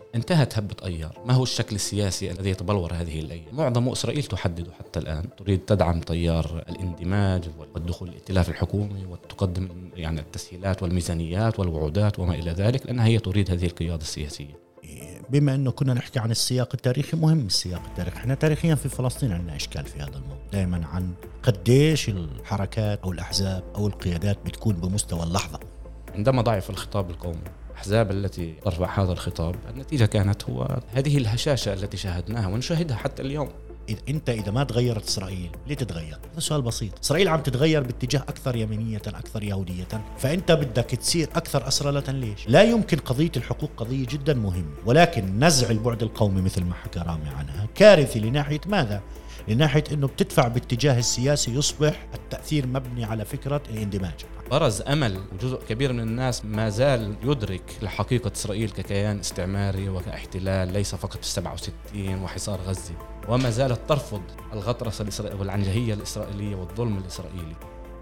انتهت هبة أيار. ما هو الشكل السياسي الذي يتبلور هذه الأيام؟ معظم إسرائيل تحدده حتى الآن، تريد تدعم تيار الاندماج والدخول الائتلاف الحكومي وتقدم يعني التسهيلات والميزانيات والوعودات وما إلى ذلك، لأنها هي تريد هذه القيادة السياسية. بما أنه كنا نحكي عن السياق التاريخي، مهم السياق التاريخي. احنا تاريخيا في فلسطين عندنا إشكال في هذا الموضوع دائما عن قديش الحركات أو الأحزاب أو القيادات بتكون بمستوى اللحظة. عندما ضعف الخطاب القومي، الأحزاب التي ترفع هذا الخطاب، النتيجة كانت هو هذه الهشاشة التي شاهدناها ونشاهدها حتى اليوم. إذا ما تغيرت إسرائيل ليه تتغير؟ هذا سؤال بسيط. إسرائيل عم تتغير باتجاه أكثر يمينية، أكثر يهودية، فأنت بدك تصير أكثر أسرلة. ليش؟ لا يمكن. قضية الحقوق قضية جدا مهمة، ولكن نزع البعد القومي مثل ما حكى رامي عنها كارثي. لناحية ماذا؟ لناحية أنه بتدفع باتجاه السياسي يصبح التأثير مبني على فكرة الاندماج. برز أمل وجزء كبير من الناس ما زال يدرك لحقيقة إسرائيل ككيان استعماري وكاحتلال، ليس فقط في 67 وحصار غزة، وما زالت ترفض الغطرسة والعنجهية الإسرائيلية والظلم الإسرائيلي.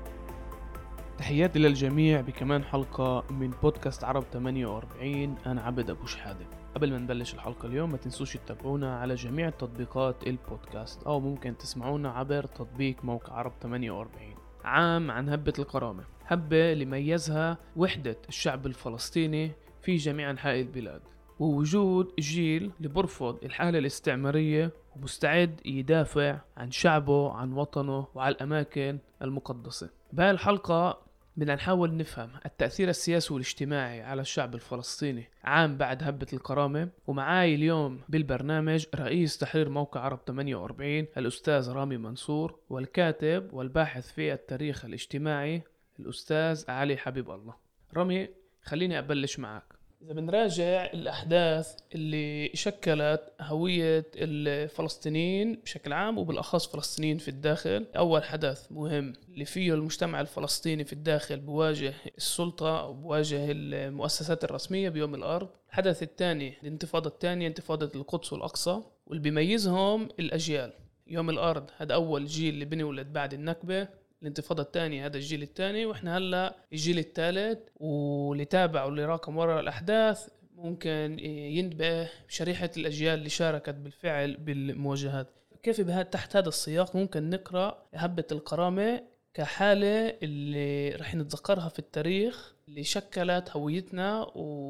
تحياتي للجميع بكمان حلقة من بودكاست عرب 48. أنا عبد أبو شحادة. قبل ما نبلش الحلقة اليوم، ما تنسوش تتابعونا على جميع تطبيقات البودكاست، أو ممكن تسمعونا عبر تطبيق موقع عرب 48. عام عن هبة الكرامة، هبة اللي ميزها وحدة الشعب الفلسطيني في جميع أنحاء البلاد، ووجود جيل اللي برفض الحالة الاستعمارية ومستعد يدافع عن شعبه، عن وطنه وعلى الأماكن المقدسة. بهالحلقة بدنا نحاول نفهم التأثير السياسي والاجتماعي على الشعب الفلسطيني عام بعد هبة الكرامة. ومعاي اليوم بالبرنامج رئيس تحرير موقع عرب 48 الأستاذ رامي منصور، والكاتب والباحث في التاريخ الاجتماعي الأستاذ علي حبيب الله. رامي، خليني أبلش معك. إذا بنراجع الأحداث اللي شكلت هوية الفلسطينيين بشكل عام وبالأخص فلسطينيين في الداخل، أول حدث مهم اللي فيه المجتمع الفلسطيني في الداخل بواجه السلطة أو بواجه المؤسسات الرسمية بيوم الأرض. الحدث الثاني الانتفاضة الثانية، انتفاضة القدس والأقصى، واللي بيميزهم الأجيال. يوم الأرض هذا أول جيل اللي بنولد بعد النكبة، الانتفاضة الثانية هذا الجيل الثاني، وإحنا هلأ الجيل الثالث. واللي تابع واللي راكم وراء الأحداث ممكن ينتبه شريحة الأجيال اللي شاركت بالفعل بالمواجهات. كيف تحت هذا السياق ممكن نقرأ هبة الكرامة كحالة اللي رح نتذكرها في التاريخ، اللي شكلت هويتنا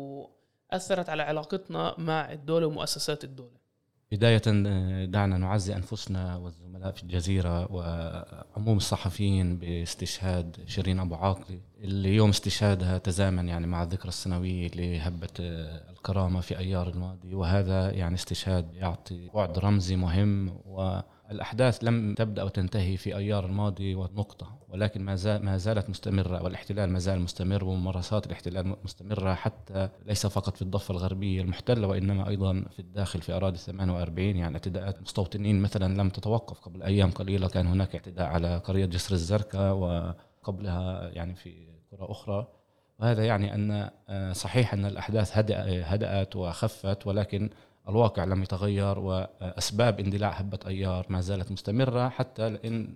وأثرت على علاقتنا مع الدولة ومؤسسات الدولة؟ بداية دعنا نعزي أنفسنا والزملاء في الجزيرة وعموم الصحفيين باستشهاد شيرين أبو عاقلة، اللي يوم استشهادها تزامن يعني مع الذكرى السنوية لهبة الكرامة في أيار الماضي، وهذا يعني استشهاد يعطي بعد رمزي مهم. والأحداث لم تبدأ وتنتهي في أيار الماضي ونقطة، ولكن ما زالت مستمرة، والاحتلال ما زال مستمر، وممارسات الاحتلال مستمرة حتى ليس فقط في الضفة الغربية المحتلة وإنما أيضا في الداخل في أراضي 48. يعني اعتداءات مستوطنين مثلا لم تتوقف. قبل أيام قليلة كان هناك اعتداء على قرية جسر الزرقاء، وقبلها يعني في قرى أخرى. وهذا يعني أن صحيح أن الأحداث هدأت وخفت، ولكن الواقع لم يتغير، وأسباب اندلاع هبة أيار ما زالت مستمرة حتى لأن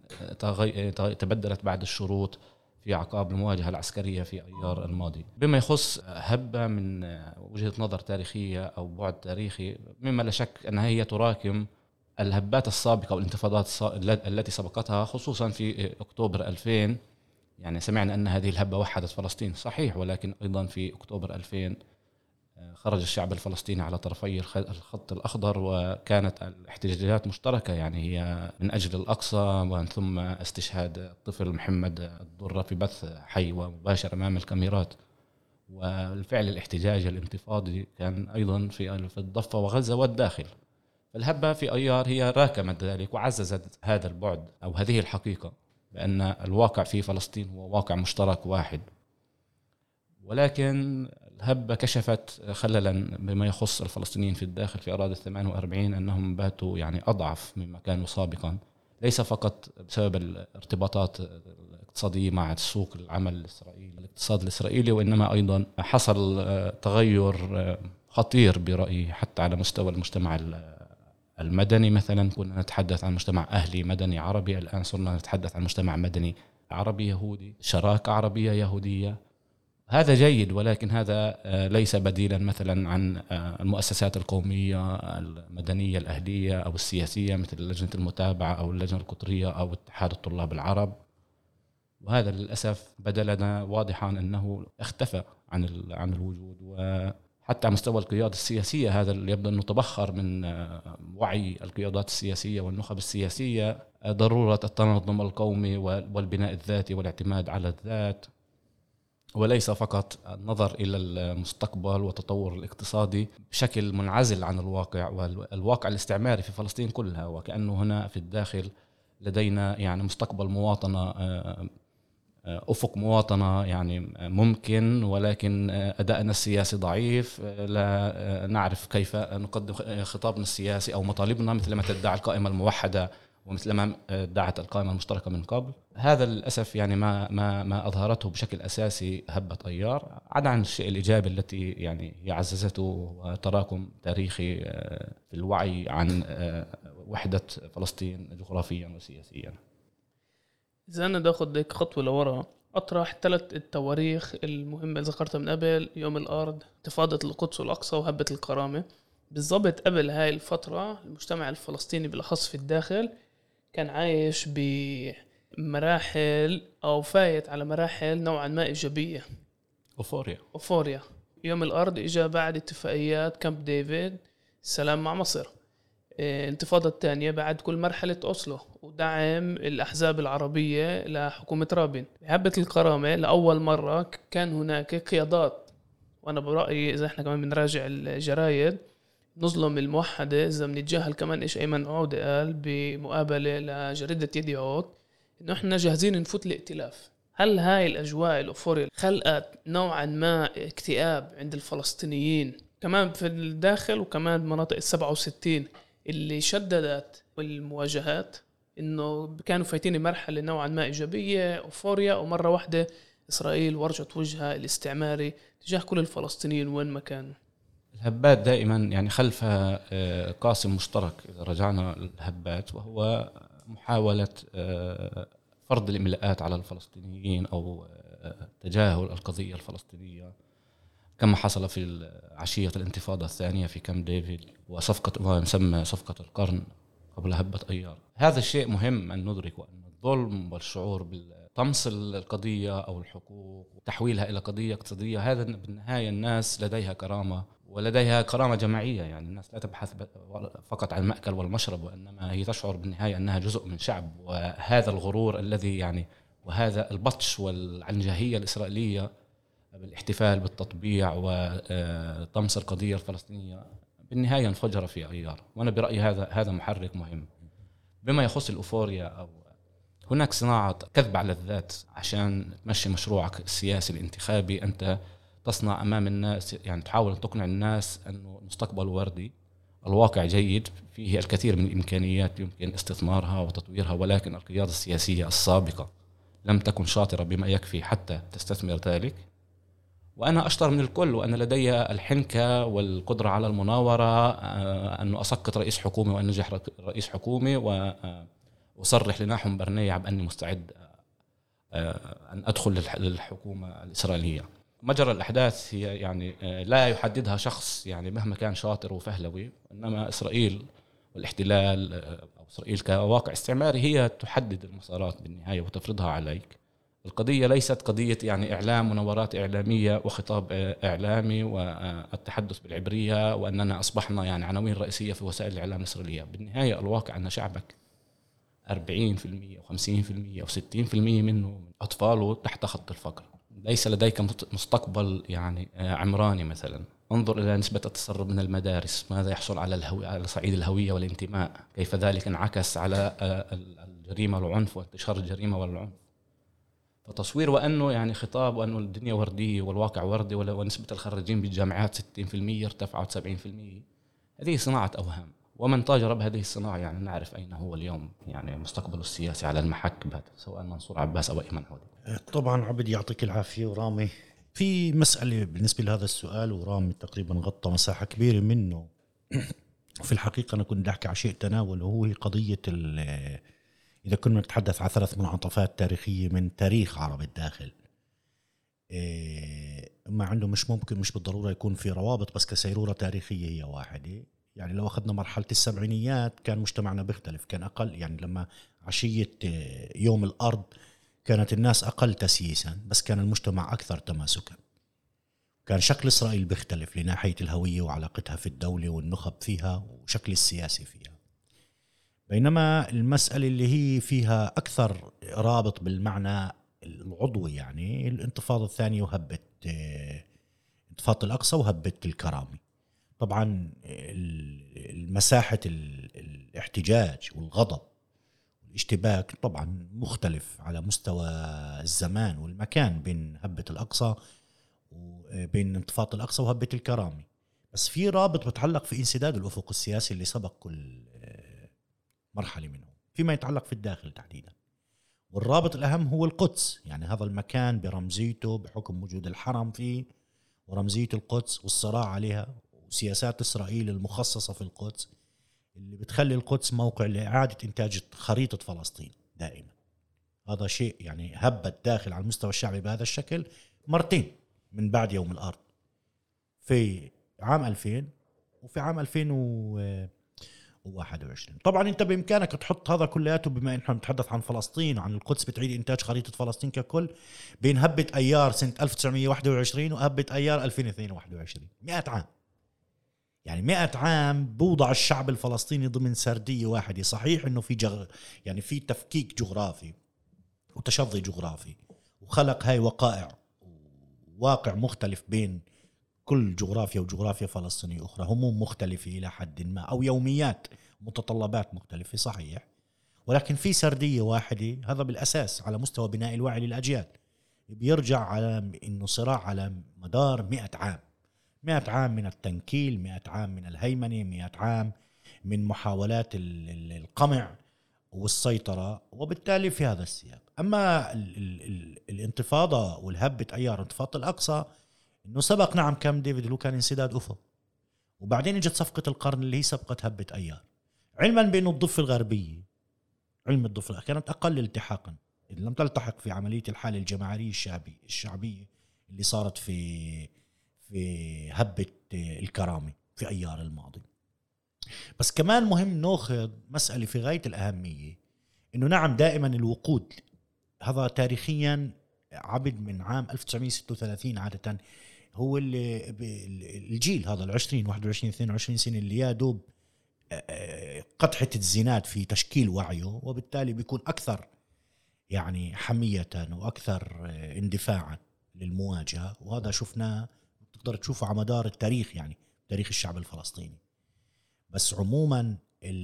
تبدلت بعد الشروط في أعقاب المواجهة العسكرية في أيار الماضي. بما يخص هبة من وجهة نظر تاريخية أو بعد تاريخي، مما لا شك أنها هي تراكم الهبات السابقة والانتفاضات التي سبقتها، خصوصا في أكتوبر 2000. يعني سمعنا أن هذه الهبة وحدت فلسطين، صحيح، ولكن أيضا في أكتوبر 2000 خرج الشعب الفلسطيني على طرفي الخط الأخضر، وكانت الاحتجاجات مشتركة، يعني هي من أجل الأقصى، ومن ثم استشهاد الطفل محمد الضرة في بث حي ومباشر أمام الكاميرات. والفعل الاحتجاج الانتفاضي كان أيضا في الضفة وغزة والداخل. فالهبة في أيار هي راكمت ذلك وعززت هذا البعد أو هذه الحقيقة بأن الواقع في فلسطين هو واقع مشترك واحد. ولكن الهبة كشفت خللا بما يخص الفلسطينيين في الداخل في أراضي 48، أنهم باتوا يعني أضعف مما كانوا سابقا، ليس فقط بسبب الارتباطات الاقتصادية مع سوق العمل الإسرائيلي، الاقتصاد الإسرائيلي، وإنما أيضا حصل تغير خطير برأيي حتى على مستوى المجتمع المدني. مثلا كنا نتحدث عن مجتمع أهلي مدني عربي، الآن صرنا نتحدث عن مجتمع مدني عربي يهودي، شراكة عربية يهودية. هذا جيد، ولكن هذا ليس بديلا مثلا عن المؤسسات القومية المدنية الأهلية أو السياسية مثل لجنة المتابعة أو اللجنة القطرية أو اتحاد الطلاب العرب. وهذا للأسف بدلنا واضحا أنه اختفى عن الوجود. وحتى على مستوى القيادة السياسية هذا اللي يبدو أنه تبخر من وعي القيادات السياسية والنخب السياسية ضرورة التنظم القومي والبناء الذاتي والاعتماد على الذات، وليس فقط النظر إلى المستقبل والتطور الاقتصادي بشكل منعزل عن الواقع والواقع الاستعماري في فلسطين كلها. وكأنه هنا في الداخل لدينا يعني مستقبل مواطنة، أفق مواطنة يعني ممكن، ولكن أدائنا السياسي ضعيف، لا نعرف كيف نقدم خطابنا السياسي أو مطالبنا مثل ما تدعي القائمة الموحدة ومثل ما ادعت القائمة المشتركة من قبل. هذا للأسف يعني ما أظهرته بشكل أساسي هبة طيار، عدا عن الشيء الإيجابي التي يعني هي عززته وتراكم تاريخي في الوعي عن وحدة فلسطين جغرافيا وسياسيا. إذا أنا داخد ديك خطوة لورا، أطرح 3 التواريخ المهمة اللي ذكرتها من قبل: يوم الأرض، انتفاضة القدس والأقصى، وهبة الكرامة. بالضبط قبل هاي الفترة المجتمع الفلسطيني بالأخص في الداخل كان عايش بمراحل أو فايت على مراحل نوعا ما إيجابية، أوفوريا. يوم الأرض إجا بعد اتفاقيات كامب ديفيد، السلام مع مصر. الانتفاضة الثانية بعد كل مرحلة أوسلو ودعم الأحزاب العربية لحكومة رابين. هبة الكرامة لأول مرة كان هناك قيادات، وأنا برأيي إذا إحنا كمان بنراجع الجرايد نظلم الموحدة إذا بنتجاهل كمان إيش أيمن عودة قال بمقابلة لجريدة يديعوت إنه إحنا جاهزين نفوت الائتلاف. هل هاي الأجواء الأوفوريا خلقت نوعا ما اكتئاب عند الفلسطينيين كمان في الداخل وكمان مناطق 67 اللي شددت المواجهات، إنه كانوا فايتين مرحلة نوعا ما إيجابية أوفوريا، ومرة واحدة إسرائيل ورجت وجهها الاستعماري تجاه كل الفلسطينيين وين ما كانوا؟ الهبات دائما يعني خلف قاسم مشترك إذا رجعنا للهبات، وهو محاولة فرض الإملاءات على الفلسطينيين أو تجاهل القضية الفلسطينية كما حصل في عشية الانتفاضة الثانية في كامب ديفيد وصفقة ما يسمى صفقة القرن قبل هبة أيار. هذا الشيء مهم أن ندركه، أن الظلم والشعور بالطمس القضية أو الحقوق وتحويلها إلى قضية اقتصادية، هذا بالنهاية الناس لديها كرامة ولديها كرامة جماعية. يعني الناس لا تبحث فقط عن المأكل والمشرب، وإنما هي تشعر بالنهاية أنها جزء من شعب. وهذا الغرور الذي يعني وهذا البطش والعنجهية الإسرائيلية بالاحتفال بالتطبيع وطمس القضية الفلسطينية بالنهاية انفجر في أيار. وأنا برأيي هذا محرك مهم. بما يخص الأوفوريا، أو هناك صناعة كذب على الذات عشان تمشي مشروعك السياسي الانتخابي. أنت تصنع أمام الناس، يعني تحاول أن تقنع الناس أنه المستقبل وردي، الواقع جيد، فيه الكثير من الإمكانيات يمكن استثمارها وتطويرها، ولكن القيادة السياسية السابقة لم تكن شاطرة بما يكفي حتى تستثمر ذلك. وأنا أشطر من الكل، وأنا لدي الحنكة والقدرة على المناورة، أن أسقط رئيس حكومي وأن نجح رئيس حكومي، وأصرح لناحم برنيع بأني مستعد أن أدخل للحكومة الإسرائيلية. مجرى الأحداث هي يعني لا يحددها شخص يعني مهما كان شاطر وفهلوي، إنما إسرائيل والاحتلال أو إسرائيل كواقع استعماري هي تحدد المسارات بالنهاية وتفرضها عليك. القضية ليست قضية يعني إعلام مناورات إعلامية وخطاب إعلامي والتحدث بالعبرية وأننا أصبحنا يعني عناوين رئيسية في وسائل الإعلام الإسرائيلية. بالنهاية الواقع أن شعبك 40% و50% و60% منه أطفاله تحت خط الفقر، ليس لديك مستقبل يعني عمراني. مثلا انظر إلى نسبة التسرب من المدارس، ماذا يحصل على صعيد الهوية والانتماء، كيف ذلك انعكس على الجريمة والعنف وانتشار الجريمة والعنف. فتصوير وأنه يعني خطاب وأنه الدنيا وردية والواقع وردي ونسبة الخريجين بالجامعات 60% ارتفعت 70%، هذه صناعة أوهام. ومن تاجر بهذه الصناعة يعني نعرف أين هو اليوم، يعني مستقبله السياسي على المحك بهذا، سواء منصور عباس أو أيمن عودة. طبعا عبد يعطيك العافية. ورامي في مسألة بالنسبة لهذا السؤال، ورامي تقريبا غطى مساحة كبيرة منه. في الحقيقة أنا كنت أحكي على شيء تناول، وهو قضية إذا كنا نتحدث عن 3 منعطفات تاريخية من تاريخ عرب الداخل. ما عنده مش ممكن، مش بالضرورة يكون في روابط، بس كسيرورة تاريخية هي واحدة. يعني لو أخذنا مرحلة السبعينيات كان مجتمعنا بيختلف، كان أقل، يعني لما عشية يوم الأرض كانت الناس أقل تسييسا، بس كان المجتمع أكثر تماسكا. كان شكل إسرائيل بيختلف لناحية الهوية وعلاقتها في الدولة والنخب فيها وشكل السياسي فيها. بينما المسألة اللي هي فيها أكثر رابط بالمعنى العضوي، يعني الانتفاضة الثانية وهبة انتفاضة الأقصى وهبة الكرامة. طبعا مساحة الاحتجاج والغضب والاشتباك طبعا مختلف على مستوى الزمان والمكان بين هبة الأقصى وبين انتفاضة الأقصى وهبة الكرامة. بس في رابط بتعلق في انسداد الأفق السياسي اللي سبق كل مرحلة منهم فيما يتعلق في الداخل تحديدا. والرابط الأهم هو القدس، يعني هذا المكان برمزيته بحكم وجود الحرم فيه ورمزية القدس والصراع عليها وسياسات إسرائيل المخصصة في القدس اللي بتخلي القدس موقع لإعادة إنتاج خريطة فلسطين دائما. هذا شيء يعني هب الداخل على المستوى الشعبي بهذا الشكل مرتين من بعد يوم الأرض، في عام 2000 وفي عام 2021. طبعا انت بامكانك تحط هذا كلياته، بما ان احنا نتحدث عن فلسطين وعن القدس بتعيد انتاج خريطه فلسطين ككل، بين هبه ايار سنه 1921 وهبه ايار 2022 100 عام. يعني 100 عام بوضع الشعب الفلسطيني ضمن سرديه واحده. صحيح انه في يعني في تفكيك جغرافي وتشظي جغرافي وخلق هاي وقائع واقع مختلف بين كل جغرافيا وجغرافيا فلسطينية أخرى، هموم مختلفة إلى حد ما أو يوميات متطلبات مختلفة صحيح، ولكن في سردية واحدة. هذا بالأساس على مستوى بناء الوعي للأجيال بيرجع على إنه صراع على مدار 100 عام، 100 عام من التنكيل، 100 عام من الهيمنة، 100 عام من محاولات القمع والسيطرة. وبالتالي في هذا السياق أما الانتفاضة والهبة أيار انتفاضة الأقصى إنه سبق نعم كام ديفيد لو كان انسداد أفق، وبعدين اجت صفقة القرن اللي هي صفقة هبة أيار، علما بأنه الضفة الغربية علم الضفة كانت أقل التحاقا إذ لم تلتحق في عملية الحالة الجماعية الشعبية اللي صارت في هبة الكرامة في أيار الماضي. بس كمان مهم نأخذ مسألة في غاية الأهمية، إنه نعم دائما الوقود هذا تاريخيا عبد من عام 1936 عادة هو الجيل هذا 20 21 22 سنة اللي يادوب قدحة الزناد في تشكيل وعيه، وبالتالي بيكون أكثر يعني حمية وأكثر اندفاعا للمواجهة. وهذا شفناه تقدر تشوفه على مدار التاريخ، يعني تاريخ الشعب الفلسطيني. بس عموما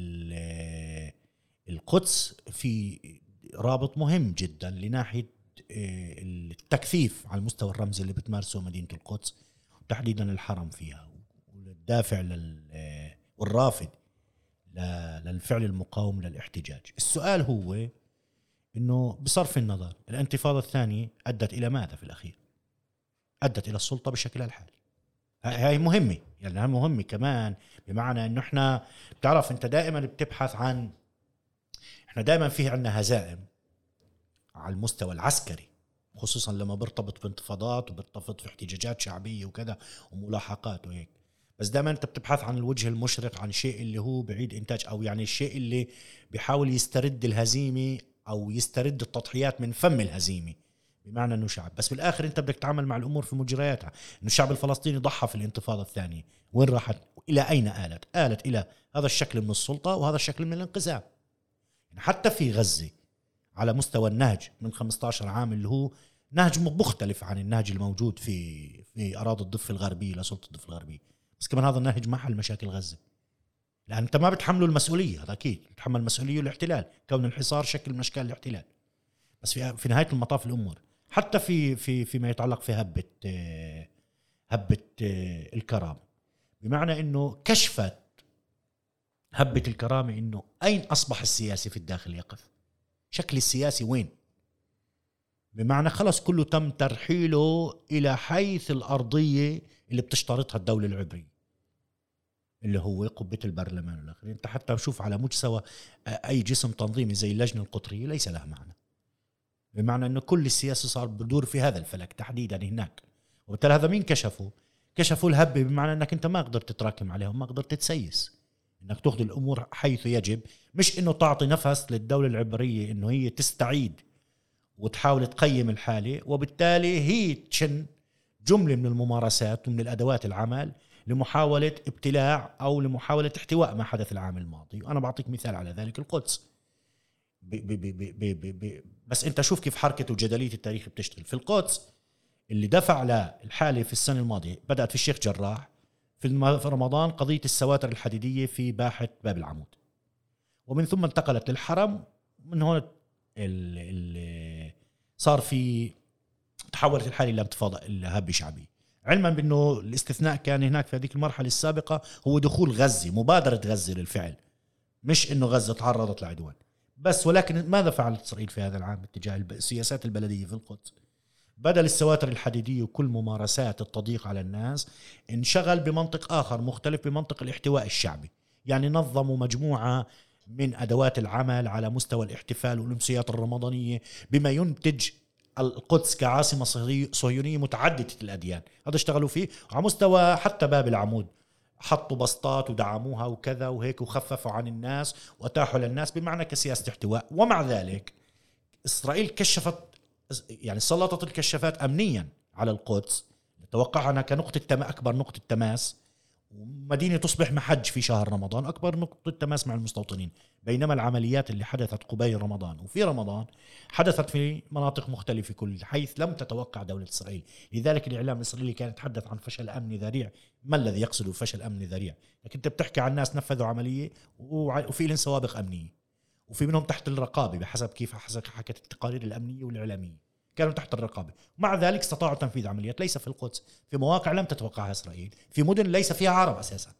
القدس في رابط مهم جدا لناحية التكثيف على المستوى الرمزي اللي بتمارسه مدينة القدس وتحديدا الحرم فيها، والدافع والرافد للفعل المقاوم للاحتجاج. السؤال هو إنه بصرف النظر الانتفاضة الثانية أدت إلى ماذا في الأخير؟ أدت إلى السلطة بشكلها الحالي. هاي مهمة، يعني هاي مهمة كمان، بمعنى إنه إحنا بتعرف أنت دائما بتبحث عن، إحنا دائما فيه عنا هزائم على المستوى العسكري، خصوصا لما برتبط بانتفاضات وبرتبط في احتجاجات شعبية وكذا وملاحقات وهيك. بس دائما انت بتبحث عن الوجه المشرق، عن شيء اللي هو بعيد انتاج، او يعني الشيء اللي بيحاول يسترد الهزيمة او يسترد التضحيات من فم الهزيمة، بمعنى انه شعب. بس بالاخر انت بدك تتعامل مع الامور في مجرياتها. انه الشعب الفلسطيني ضحى في الانتفاضة الثانية، وين راحت؟ الى اين آلت الى هذا الشكل من السلطة وهذا الشكل من الانقسام. يعني حتى في غزة على مستوى النهج من 15 عام اللي هو نهج مختلف عن النهج الموجود في أراضي الضفة الغربية لسلطة الضفة الغربية، بس كمان هذا النهج ما حل مشاكل غزة، لأن أنت ما بتحمله المسؤولية. هذا أكيد بتحمل مسؤولية الاحتلال، كون الحصار شكل من أشكال الاحتلال. بس في نهاية المطاف الأمور حتى فيما يتعلق في هبة الكرامة، بمعنى أنه كشفت هبة الكرامة أنه أين أصبح السياسي في الداخل يقف، شكل السياسي وين، بمعنى خلص كله تم ترحيله إلى حيث الأرضية اللي بتشترطها الدولة العبرية اللي هو قبة البرلمان والآخرين. أنت حتى بشوف على مستوى أي جسم تنظيمي زي اللجنة القطرية ليس لها معنى، بمعنى أنه كل السياسة صار بدور في هذا الفلك تحديدا هناك. وبالتالي هذا مين كشفوا الهبة، بمعنى أنك أنت ما قدرت تتراكم عليهم، ما قدرت تتسيس، أنك تأخذ الأمور حيث يجب، مش أنه تعطي نفس للدولة العبرية أنه هي تستعيد وتحاول تقيم الحالة، وبالتالي هي تشن جملة من الممارسات ومن الأدوات العمل لمحاولة ابتلاع أو لمحاولة احتواء ما حدث العام الماضي. وأنا بعطيك مثال على ذلك، القدس. بس أنت شوف كيف حركة وجدلية التاريخ بتشتغل. في القدس اللي دفع للحالة في السنة الماضية بدأت في الشيخ جراح، في رمضان قضية السواتر الحديدية في باحة باب العمود، ومن ثم انتقلت للحرم. من هون صار في تحولت الحالة إلى انتفاضة هبة شعبية، علما بأنه الاستثناء كان هناك في هذه المرحلة السابقة هو دخول غزة، مبادرة غزة للفعل، مش إنه غزة تعرضت لعدوان بس. ولكن ماذا فعلت إسرائيل في هذا العام اتجاه السياسات البلدية في القدس؟ بدل السواتر الحديدية وكل ممارسات التضييق على الناس، انشغل بمنطق آخر مختلف، بمنطق الاحتواء الشعبي. يعني نظموا مجموعة من أدوات العمل على مستوى الاحتفال والأمسيات الرمضانية بما ينتج القدس كعاصمة صهيونية متعددة الأديان. هذا اشتغلوا فيه على مستوى حتى باب العمود، حطوا بسطات ودعموها وكذا وهيك، وخففوا عن الناس واتاحوا للناس بمعنى كسياسة احتواء. ومع ذلك إسرائيل كشفت، يعني سلطت الكشافات أمنيا على القدس، نتوقع أنها كنقطة أكبر نقطة تماس، ومدينة تصبح محج في شهر رمضان، أكبر نقطة تماس مع المستوطنين. بينما العمليات اللي حدثت قبيل رمضان وفي رمضان حدثت في مناطق مختلفة كل حيث لم تتوقع دولة إسرائيل. لذلك الإعلام الإسرائيلي كان يتحدث عن فشل أمني ذريع. ما الذي يقصده فشل أمني ذريع؟ لكن أنت بتحكي عن ناس نفذوا عملية وفي لهم سوابق أمنية، وفي منهم تحت الرقابة بحسب كيف حكت التقارير الأمنية والإعلامية، كانوا تحت الرقابة. مع ذلك استطاعوا تنفيذ عمليات ليس في القدس، في مواقع لم تتوقعها إسرائيل، في مدن ليس فيها عرب أساسا.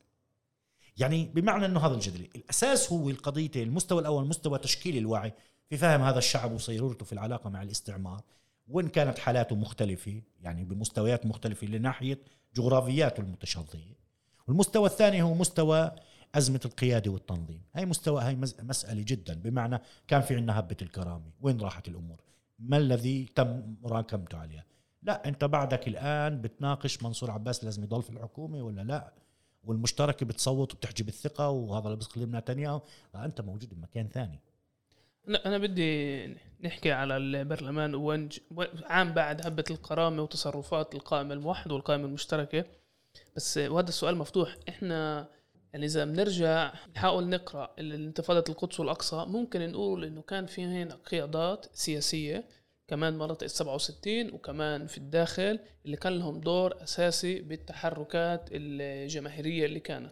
يعني بمعنى أنه هذا الجدل الأساس هو القضية. المستوى الأول مستوى تشكيل الوعي في فهم هذا الشعب وصيرورته في العلاقة مع الاستعمار، وإن كانت حالاته مختلفة يعني بمستويات مختلفة لناحية جغرافياته المتشظية. والمستوى الثاني هو مستوى أزمة القيادة والتنظيم. هاي مسألة جدا، بمعنى كان في عنا هبة الكرامة، وين راحت الأمور؟ ما الذي تم مراكمته عليها؟ لا، أنت بعدك الآن بتناقش منصور عباس لازم يضل في الحكومة ولا لا، والمشتركة بتصوت وبتحجب الثقة، وهذا اللي بيستخدمنا نتنياهو. أنت موجود بمكان ثاني. أنا بدي نحكي على البرلمان عام بعد هبة الكرامة وتصرفات القائمة الموحد والقائمة المشتركة. بس وهذا السؤال مفتوح. إحنا يعني إذا بنرجع نحاول نقرأ الانتفاضة القدس والأقصى، ممكن نقول إنه كان في هنا قيادات سياسية كمان مناطق 67 وكمان في الداخل اللي كان لهم دور أساسي بالتحركات الجماهيرية اللي كانت.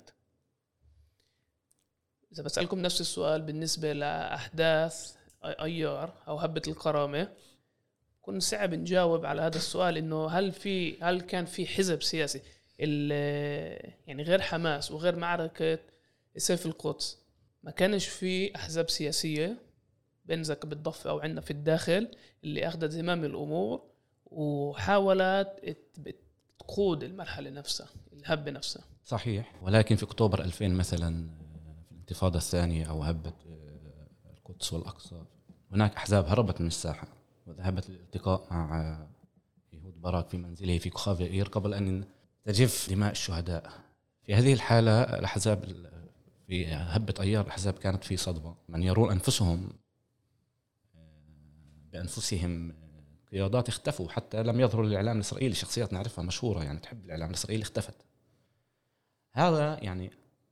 إذا بسألكم نفس السؤال بالنسبة لأحداث أيار أو هبة الكرامة، كنا صعب نجاوب على هذا السؤال، إنه هل كان في حزب سياسي يعني غير حماس وغير معركة سيف القدس، ما كانش في أحزاب سياسية بينزك بالضفة أو عندنا في الداخل اللي أخذت زمام الأمور وحاولت تقود المرحلة نفسها، الهبة نفسها. صحيح. ولكن في أكتوبر 2000 مثلا في الانتفاضة الثانية أو هبة القدس والأقصى، هناك أحزاب هربت من الساحة وذهبت للالتقاء مع يهود باراك في منزله في كوخاف يائير قبل أن تجف دماء الشهداء. في هذه الحالة الأحزاب في هبة أيار الأحزاب كانت في صدمة. من يرون أنفسهم بأنفسهم قيادات اختفوا، حتى لم يظهروا للإعلام الإسرائيلي. شخصيات نعرفها مشهورة يعني تحب الإعلام الإسرائيلي اختفت. هذا يعني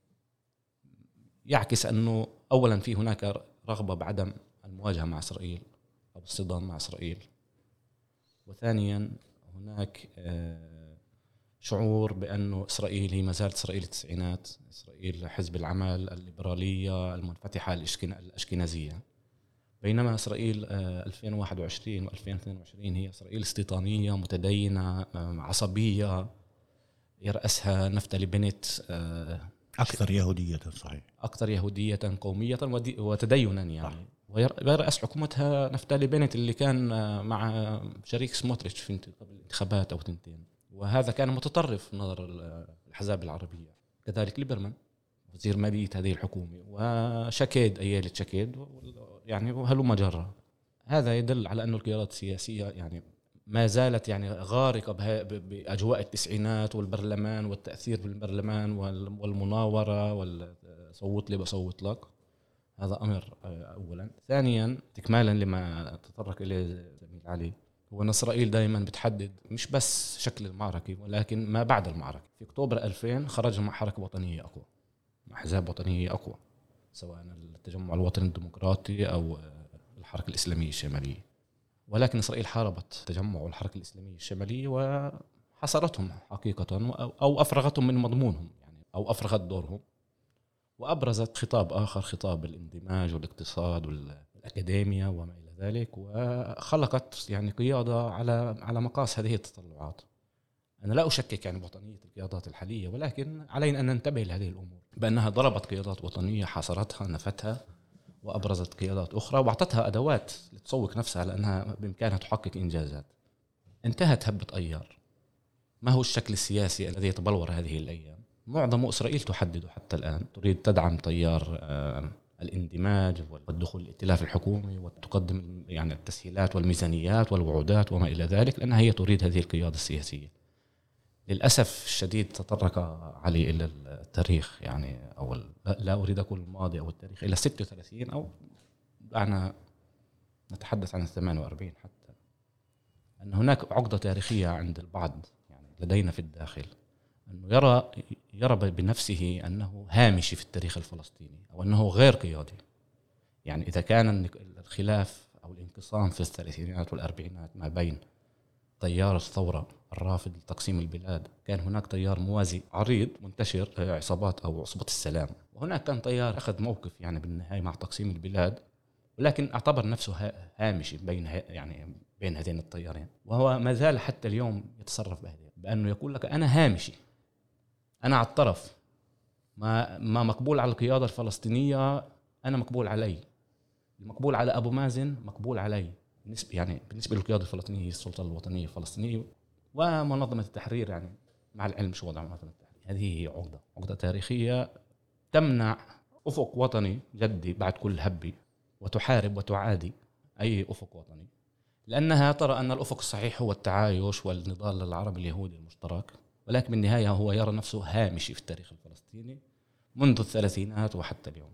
يعكس أنه أولا في هناك رغبة بعدم المواجهة مع إسرائيل أو الصدام مع إسرائيل، وثانيا هناك شعور بأنه إسرائيل هي ما زالت إسرائيل التسعينات، إسرائيل حزب العمل الليبرالية المنفتحة الأشكنازية، بينما إسرائيل 2021 و2022 هي إسرائيل استيطانية متدينة عصبية يرأسها نفتالي بنت، أكثر يهودية. صحيح، أكثر يهودية قومية وتدينا يعني. ويرأس حكومتها نفتالي بنت اللي كان مع شريك سموتريتش في الانتخابات أو تنتين، وهذا كان متطرف نظر الأحزاب العربية. كذلك ليبرمان وزير مالية هذه الحكومة، وشكيد أيالة شكيد يعني، وهلو مجرة. هذا يدل على أنه القيادات السياسية يعني ما زالت يعني غارقة بأجواء التسعينات والبرلمان والتأثير بالبرلمان والمناورة والصوت لي بصوت لك. هذا أمر أولا. ثانيا تكمالا لما تطرق إليه زميل علي، هو أن إسرائيل دائما بتحدد مش بس شكل المعركة ولكن ما بعد المعركة. في أكتوبر 2000 خرجنا مع حركة وطنية أقوى، مع أحزاب وطنية أقوى، سواء التجمع الوطني الديمقراطي أو الحركة الإسلامية الشمالية. ولكن إسرائيل حاربت التجمع والحركة الإسلامية الشمالية وحصرتهم حقيقة، أو أفرغتهم من مضمونهم يعني، أو أفرغت دورهم، وأبرزت خطاب آخر، خطاب الاندماج والاقتصاد والأكاديمية وما إلى ذلك، وخلقت يعني قيادة على مقاس هذه التطلعات. أنا لا أشكك يعني بوطنية القيادات الحالية، ولكن علينا أن ننتبه لهذه الأمور، بأنها ضربت قيادات وطنية، حاصرتها، نفتها، وأبرزت قيادات أخرى وأعطتها أدوات لتسوق نفسها على أنها بإمكانها تحقق إنجازات. انتهت هبة أيار. ما هو الشكل السياسي الذي يتبلور هذه الأيام؟ معظم إسرائيل تحدده حتى الآن، تريد تدعم تيار الاندماج والدخول الائتلاف الحكومي، وتقدم يعني التسهيلات والميزانيات والوعودات وما إلى ذلك، لأنها هي تريد هذه القيادة السياسية. للأسف الشديد تطرق علي إلى التاريخ يعني، أو لا أريد أقول الماضي أو التاريخ، إلى 36 أو دعنا نتحدث عن 48 حتى، أن هناك عقدة تاريخية عند البعض يعني لدينا في الداخل، أنه يرى بنفسه أنه هامشي في التاريخ الفلسطيني، أو أنه غير قيادي. يعني إذا كان الخلاف أو الانقسام في الثلاثينات والأربعينات ما بين تيار الثورة الرافض لتقسيم البلاد، كان هناك تيار موازي عريض منتشر، عصابات أو عصبة السلام، وهناك كان تيار أخذ موقف يعني بالنهاية مع تقسيم البلاد، ولكن اعتبر نفسه هامشي بين هذين التيارين، وهو ما زال حتى اليوم يتصرف بأنه يقول لك أنا هامشي، أنا على الطرف، ما مقبول على القيادة الفلسطينية أنا مقبول علي، المقبول على أبو مازن مقبول علي. بالنسبة للقيادة الفلسطينية هي السلطة الوطنية الفلسطينية ومنظمة التحرير، يعني مع العلم شو وضع منظمة التحرير. هذه هي عقدة تاريخية تمنع أفق وطني جدي بعد كل هبة، وتحارب وتعادي أي أفق وطني، لأنها ترى أن الأفق الصحيح هو التعايش والنضال العربي اليهودي المشترك، ولكن بالنهاية هو يرى نفسه هامشي في التاريخ الفلسطيني منذ الثلاثينات وحتى اليوم.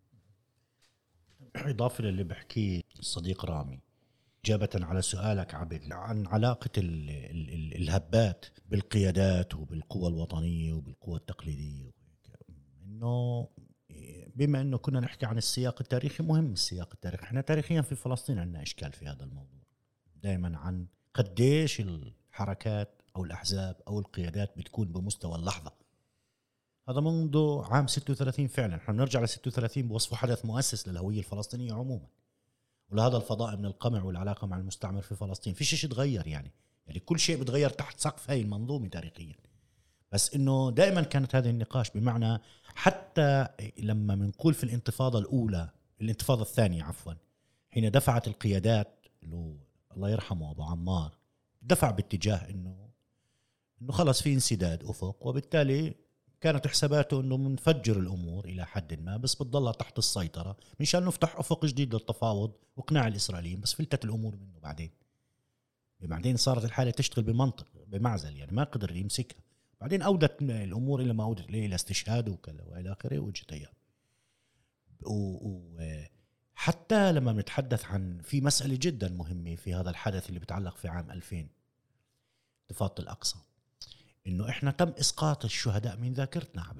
إضافة للي بحكيه الصديق رامي، إجابة على سؤالك عبد عن علاقة الهبات بالقيادات وبالقوى الوطنية وبالقوى التقليدية، إنه بما إنه كنا نحكي عن السياق التاريخي، مهم السياق التاريخي. إحنا تاريخيا في فلسطين عندنا إشكال في هذا الموضوع دائما، عن قديش الحركات أو الأحزاب أو القيادات بتكون بمستوى اللحظة. هذا منذ عام 36 فعلا، احنا بنرجع ل 36 بوصفه حدث مؤسس للهوية الفلسطينية عموما، ولهذا الفضاء من القمع والعلاقة مع المستعمر في فلسطين. في شيء تغير يعني كل شيء بتغير تحت سقف هاي المنظومة تاريخيا، بس إنه دائما كانت هذا النقاش، بمعنى حتى لما بنقول في الانتفاضة الأولى، الانتفاضة الثانية عفوا، حين دفعت القيادات الله يرحمه أبو عمار، دفع باتجاه إنه خلص في انسداد أفق، وبالتالي كانت حساباته إنه منفجر الأمور إلى حد ما، بس بتضلها تحت السيطرة مشان نفتح أفق جديد للتفاوض وإقناع الإسرائيليين. بس فلتت الأمور منه بعدين صارت الحالة تشتغل بمنطق بمعزل، يعني ما قدر يمسكها. بعدين أودت الأمور إلى ما أودت إلى استشهاد وكذا وإلى آخره وجت أيام. وحتى لما نتحدث عن في مسألة جدا مهمة في هذا الحدث اللي بتعلق في عام 2000 انتفاضة الأقصى، إنه إحنا تم إسقاط الشهداء من ذاكرتنا عبد،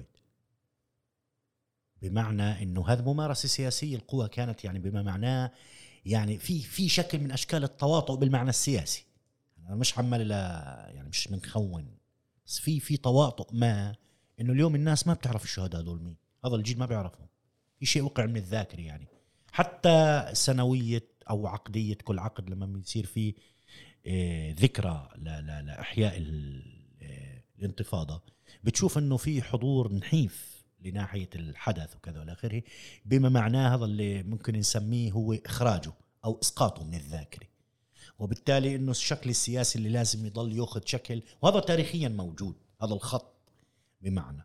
بمعنى إنه هذا ممارسة سياسية. القوى كانت يعني بما معناه يعني في شكل من أشكال التواطؤ بالمعنى السياسي. أنا مش عمال يعني مش منخون، بس في تواطؤ ما، إنه اليوم الناس ما بتعرف الشهداء دول مين، هذا الجيل ما بيعرفهم، في شيء وقع من الذاكرة. يعني حتى سنوية أو عقدية كل عقد لما بيصير فيه ذكرى لإحياء الانتفاضة، بتشوف إنه في حضور نحيف لناحية الحدث وكذا والى آخره، بما معناه هذا اللي ممكن نسميه هو إخراجه أو إسقاطه من الذاكرة، وبالتالي إنه الشكل السياسي اللي لازم يضل يأخذ شكل، وهذا تاريخيا موجود هذا الخط. بمعنى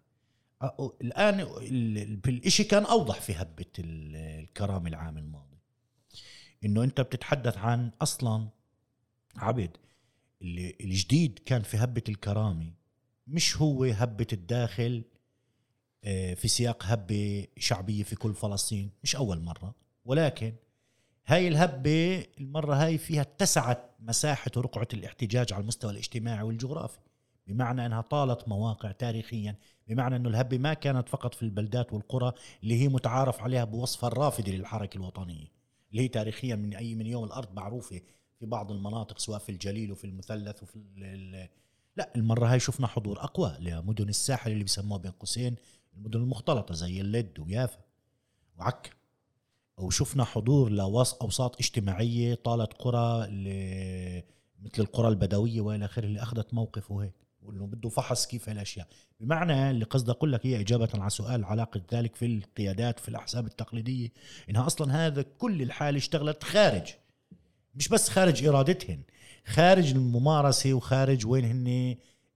الآن الإشي كان أوضح في هبة الكرامة العام الماضي، إنه أنت بتتحدث عن أصلا عبد اللي الجديد كان في هبة الكرامة، مش هو هبة الداخل في سياق هبة شعبية في كل فلسطين، مش أول مرة، ولكن هاي الهبة المرة هاي فيها اتسعت مساحة ورقعة الاحتجاج على المستوى الاجتماعي والجغرافي، بمعنى أنها طالت مواقع تاريخيا، بمعنى أنه الهبة ما كانت فقط في البلدات والقرى اللي هي متعارف عليها بوصفها الرافضي للحركة الوطنية، اللي هي تاريخيا من يوم الأرض معروفة في بعض المناطق سواء في الجليل وفي المثلث وفي لا، المرة هاي شفنا حضور أقوى لمدن الساحل اللي بيسموها بين قوسين المدن المختلطة زي اللد ويافا وعكا، وشفنا حضور لأوساط اجتماعية طالت قرى مثل القرى البدوية وإلى آخره اللي أخذت موقف وهيك، وإنه بده فحص كيف الأشياء. بمعنى اللي قصد أقول لك هي إجابة على سؤال علاقة ذلك في القيادات في الأحزاب التقليدية، إنها أصلا هذا كل الحالة اشتغلت خارج، مش بس خارج إرادتهن، خارج الممارسة وخارج وين هن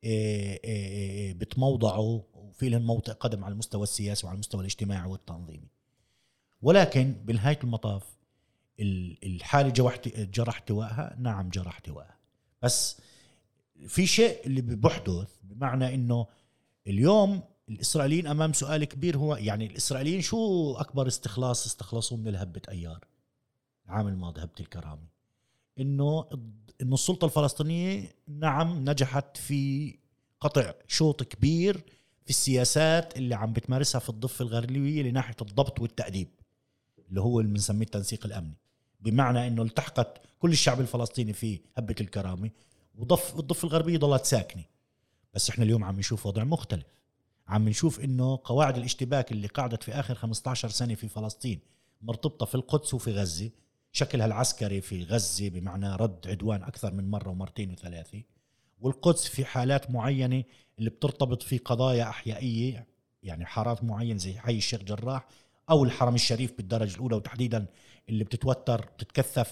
بتموضعوا وفي لهم موطئ قدم على المستوى السياسي وعلى المستوى الاجتماعي والتنظيمي. ولكن بنهاية المطاف الحالة جرى احتوائها، نعم جرى احتوائها، بس في شيء اللي بحدث، بمعنى إنه اليوم الإسرائيليين أمام سؤال كبير، هو يعني الإسرائيليين شو أكبر استخلصوا من الهبة أيار العام الماضي هبة الكرامة، إنه السلطة الفلسطينية نعم نجحت في قطع شوط كبير في السياسات اللي عم بتمارسها في الضفة الغربية لناحية الضبط والتأديب اللي هو اللي بنسميه التنسيق الأمني، بمعنى إنه التحقت كل الشعب الفلسطيني في هبة الكرامة والضفة الغربية ضلت ساكنة. بس إحنا اليوم عم نشوف وضع مختلف، عم نشوف إنه قواعد الاشتباك اللي قاعدت في آخر 15 سنة في فلسطين مرتبطة في القدس وفي غزة، شكلها العسكري في غزة بمعنى رد عدوان أكثر من مرة ومرتين وثلاثة، والقدس في حالات معينة اللي بترتبط في قضايا أحيائية، يعني حارات معينة زي حي الشيخ جراح أو الحرم الشريف بالدرجة الأولى، وتحديدا اللي بتتكثف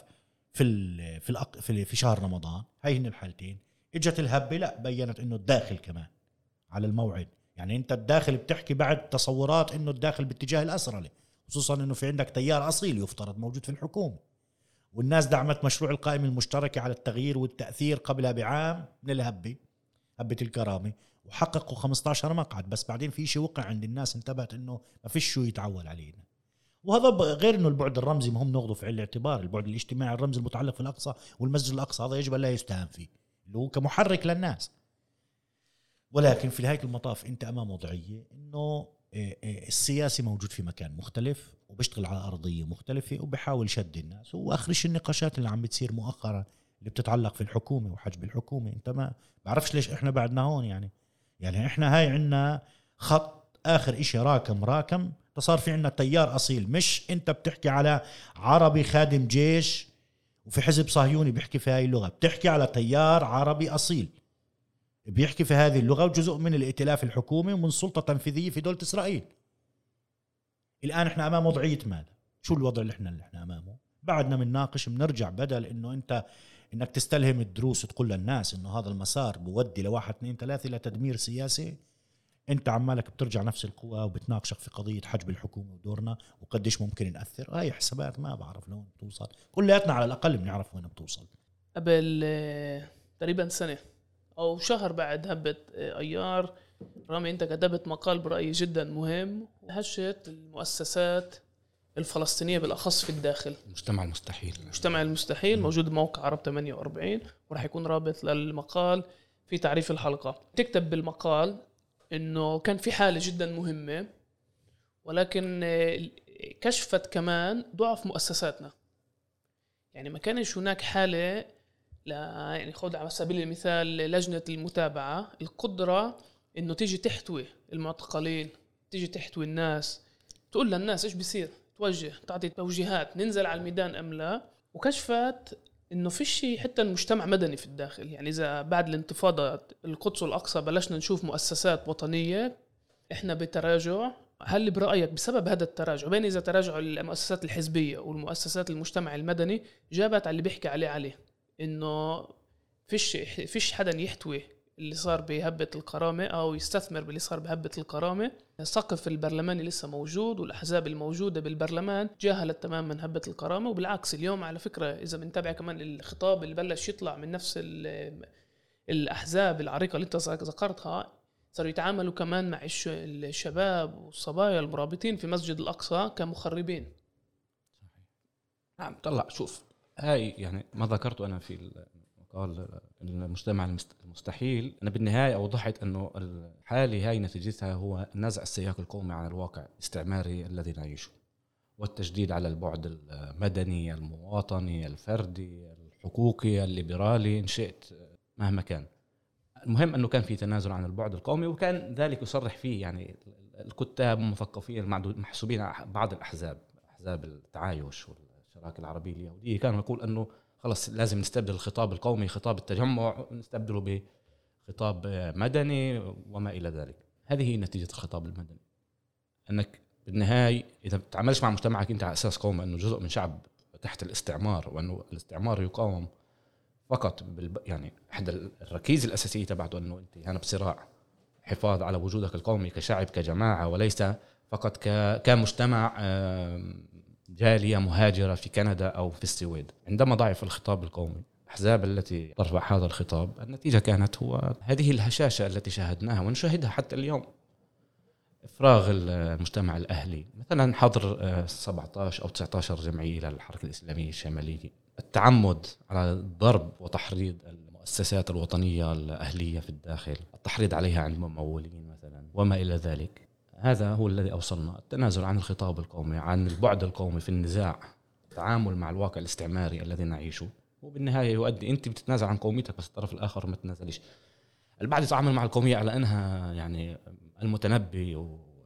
في شهر رمضان. هاي هن الحالتين. اجت الهبة لا بيّنت إنه الداخل كمان على الموعد، يعني أنت الداخل بتحكي بعد تصورات إنه الداخل باتجاه الأسرلة، خصوصا إنه في عندك تيار أصيل يفترض موجود في الحكومة، والناس دعمت مشروع القائمة المشتركة على التغيير والتأثير قبلها بعام من الهبة هبة الكرامة، وحققوا 15 مقعد، بس بعدين في شيء وقع عند الناس انتبهت إنه ما فيش شو يتعول علينا. وهذا غير إنه البعد الرمزي مهم ناخذه في عين الاعتبار، البعد الاجتماعي الرمزي المتعلق في الأقصى والمسجد الأقصى هذا يجب أن لا يستهان فيه، اللي هو كمحرك للناس. ولكن في نهاية المطاف أنت أمام وضعية إنه السياسي موجود في مكان مختلف وبيشتغل على أرضية مختلفة وبيحاول شد الناس، وأخرش النقاشات اللي عم بتصير مؤخرا اللي بتتعلق في الحكومة وحجب الحكومة. أنت ما بعرفش ليش إحنا بعدنا هون، يعني إحنا هاي عنا خط آخر إشي راكم صار في عنا تيار أصيل، مش أنت بتحكي على عربي خادم جيش وفي حزب صهيوني بيحكي في هاي اللغة، بتحكي على تيار عربي أصيل بيحكي في هذه اللغة وجزء من الائتلاف الحكومي ومن سلطة تنفيذية في دولة إسرائيل. الآن إحنا أمام وضعية ماذا؟ شو الوضع اللي إحنا أمامه؟ بعدنا بنناقش، بنرجع بدل إنه إنك تستلهم الدروس وتقول للناس إنه هذا المسار بودي لواحد 2 3 لتدمير سياسي، أنت عمالك بترجع نفس القوة وبتناقشك في قضية حجب الحكومة ودورنا وقديش ممكن نأثر. هاي حسابات ما بعرف لون بتوصل، كلياتنا على الأقل بنعرف وين بتوصل. قبل تقريبا سنة أو شهر بعد هبة أيار، رامي أنت كتبت مقال برأيي جدا مهم، هشت المؤسسات الفلسطينية بالأخص في الداخل، المجتمع المستحيل موجود بموقع عرب 48 ورح يكون رابط للمقال في تعريف الحلقة. تكتب بالمقال إنه كان في حالة جدا مهمة، ولكن كشفت كمان ضعف مؤسساتنا، يعني ما كانش هناك حالة يعني خذ على سبيل المثال لجنة المتابعة القدرة إنه تيجي تحتوي المعتقلين، تيجي تحتوي الناس، تقول للناس إيش بيصير، توجه، تعطي توجيهات، ننزل على الميدان أم لا. وكشفت إنه فيش حتى المجتمع مدني في الداخل، يعني إذا بعد الانتفاضة القدس والأقصى بلشنا نشوف مؤسسات وطنية، إحنا بتراجع. هل برأيك بسبب هذا التراجع، بين إذا تراجع المؤسسات الحزبية والمؤسسات المجتمع المدني، جابت على اللي بيحكي عليه إنه فيش حدا يحتوي اللي صار بهبة الكرامة أو يستثمر باللي صار بهبة الكرامة. السقف البرلماني لسه موجود، والأحزاب الموجودة بالبرلمان جاهلت تماما هبة الكرامة. وبالعكس اليوم على فكرة إذا بنتابع كمان الخطاب اللي بلش يطلع من نفس الأحزاب العريقة اللي انت ذكرتها، صاروا يتعاملوا كمان مع الشباب والصبايا المرابطين في مسجد الأقصى كمخربين. نعم طلع شوف هاي يعني ما ذكرته أنا في المقال المجتمع المستحيل. أنا بالنهاية أوضحت أنه الحالة هاي نتيجتها هو نزع السياق القومي عن الواقع الاستعماري الذي نعيشه، والتشديد على البعد المدني المواطني الفردي الحقوقي الليبرالي إن شئت مهما كان. المهم أنه كان في تنازل عن البعد القومي، وكان ذلك يصرح فيه يعني الكتاب والمثقفين المحسوبين على بعض الأحزاب، أحزاب التعايش والشراكة العربية اليهودية، كانوا يقول أنه خلص لازم نستبدل الخطاب القومي خطاب التجمع نستبدله بخطاب مدني وما إلى ذلك. هذه هي نتيجة الخطاب المدني، أنك بالنهاية إذا بتعملش مع مجتمعك أنت على أساس قومي أنه جزء من شعب تحت الاستعمار، وأنه الاستعمار يقاوم فقط يعني إحدى الركيزة الأساسية تبعته أنه أنت هنا بصراع حفاظ على وجودك القومي كشعب كجماعة، وليس فقط كمجتمع جالية مهاجرة في كندا أو في السويد. عندما ضعف الخطاب القومي الأحزاب التي ترفع هذا الخطاب، النتيجة كانت هو هذه الهشاشة التي شاهدناها ونشاهدها حتى اليوم. إفراغ المجتمع الأهلي مثلا، حظر 17 أو 19 جمعية للحركة الإسلامية الشمالية، التعمد على ضرب وتحريض المؤسسات الوطنية الأهلية في الداخل، التحريض عليها عند ممولين مثلا وما إلى ذلك. هذا هو الذي أوصلنا التنازل عن الخطاب القومي، عن البعد القومي في النزاع، التعامل مع الواقع الاستعماري الذي نعيشه، وبالنهاية يؤدي أنت بتتنازل عن قوميتك بس الطرف الآخر ما تنازلش. البعض يتعامل مع القومية على أنها يعني المتنبي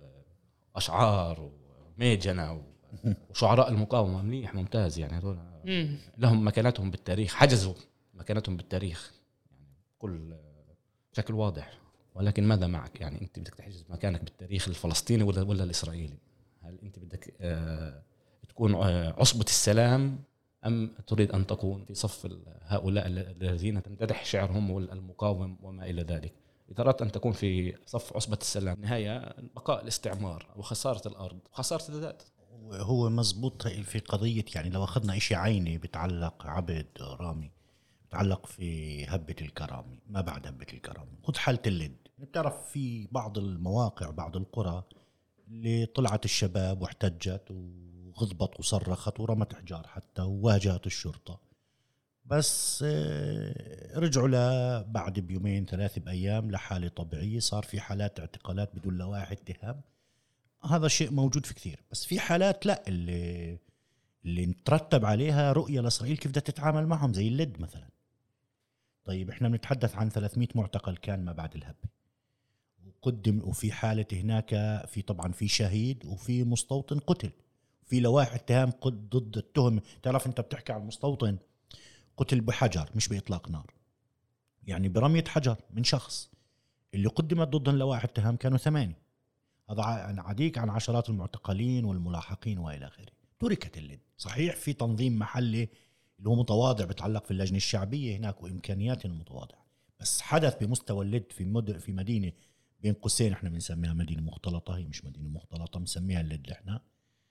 وأشعار وميجنة وشعراء المقاومة. منيح ممتاز، يعني هذول لهم مكانتهم بالتاريخ، حجزوا مكانتهم بالتاريخ يعني كل بشكل واضح. ولكن ماذا معك؟ يعني أنت بدك تحجز مكانك بالتاريخ الفلسطيني ولا الإسرائيلي؟ هل أنت بدك تكون عصبة السلام أم تريد أن تكون في صف هؤلاء الذين تمتدح شعرهم والمقاوم وما إلى ذلك؟ إذا أردت أن تكون في صف عصبة السلام، نهاية بقاء الاستعمار وخسارة الأرض وخسارة الذات. هو مزبوط في قضية، يعني لو أخذنا إشي عيني بتعلق عبد رامي بتعلق في هبة الكرامة، ما بعد هبة الكرامة، خذ حالة اللد. بتعرف في بعض المواقع بعض القرى اللي طلعت الشباب واحتجت وغضبت وصرخت ورمت حجار حتى وواجهت الشرطة، بس رجعوا له بعد بيومين 3 بأيام لحالة طبيعية، صار في حالات اعتقالات بدون لوائح اتهام. هذا شيء موجود في كثير، بس في حالات لا اللي نترتب عليها رؤية لإسرائيل كيف بدها تتعامل معهم، زي اللد مثلا. طيب احنا بنتحدث عن 300 معتقل كان ما بعد الهبة، وقدم وفي حالة هناك في طبعا في شهيد وفي مستوطن قتل، في لوائح اتهام ضد التهم. تعرف انت بتحكي عن المستوطن قتل بحجر مش بإطلاق نار، يعني برمية حجر من شخص. اللي قدمت ضدهم لوائح اتهام كانوا 8. هذا عديك عن عشرات المعتقلين والملاحقين وإلى آخره. تركت اللد. صحيح في تنظيم محلي اللي هو متواضع بتعلق في اللجنة الشعبية هناك وإمكانيات متواضعة، بس حدث بمستوى اللد في مدينة بين قوسين احنا بنسميها مدينة مختلطة، هي مش مدينة مختلطة، بنسميها اللد احنا.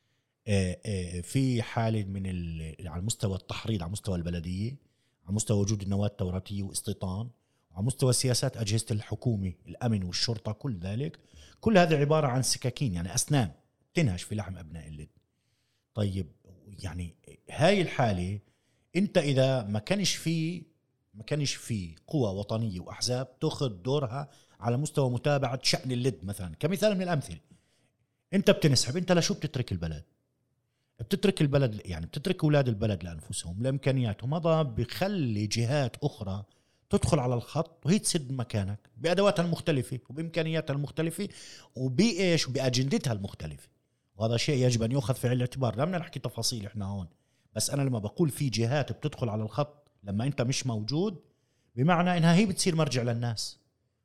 في حالة من على مستوى التحريض، على مستوى البلدية، على مستوى وجود النواة التوراتية واستيطان، على مستوى سياسات أجهزة الحكومة الأمن والشرطة، كل ذلك كل هذا عبارة عن سكاكين، يعني أسنان تنهش في لحم أبناء اللد. طيب يعني هاي الحالة أنت إذا ما كانش في قوى وطنية وأحزاب تأخذ دورها على مستوى متابعة شأن اللد مثلا، كمثال من الأمثلة، أنت بتنسحب، أنت لشو بتترك البلد؟ بتترك البلد يعني بتترك أولاد البلد لأنفسهم لإمكانياتهم. هذا بيخلي جهات أخرى تدخل على الخط وهي تسد مكانك بأدواتها المختلفة وبإمكانياتها المختلفة وبإيش وبأجندتها المختلفة. وهذا شيء يجب أن يؤخذ في عين الاعتبار. لا بدنا نحكي تفاصيل إحنا هون، بس أنا لما بقول في جهات بتدخل على الخط لما أنت مش موجود، بمعنى إنها هي بتصير مرجع للناس.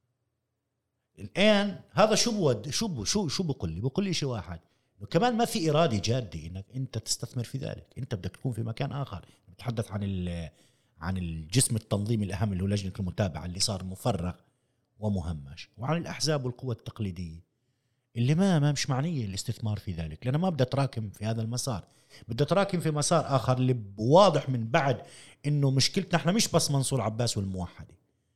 الآن هذا شو بقول لي شيء واحد، إنه كمان ما في إرادة جادة إنك أنت تستثمر في ذلك. أنت بدك تكون في مكان آخر. نتحدث عن الجسم التنظيمي الأهم اللي هو لجنة المتابعة اللي صار مفرغ ومهمش، وعن الأحزاب والقوى التقليدية اللي ما مش معنية الاستثمار في ذلك، لأنه ما بدها تراكم في هذا المسار، بدها تراكم في مسار آخر اللي واضح من بعد إنه مشكلتنا إحنا مش بس منصور عباس والموحدة.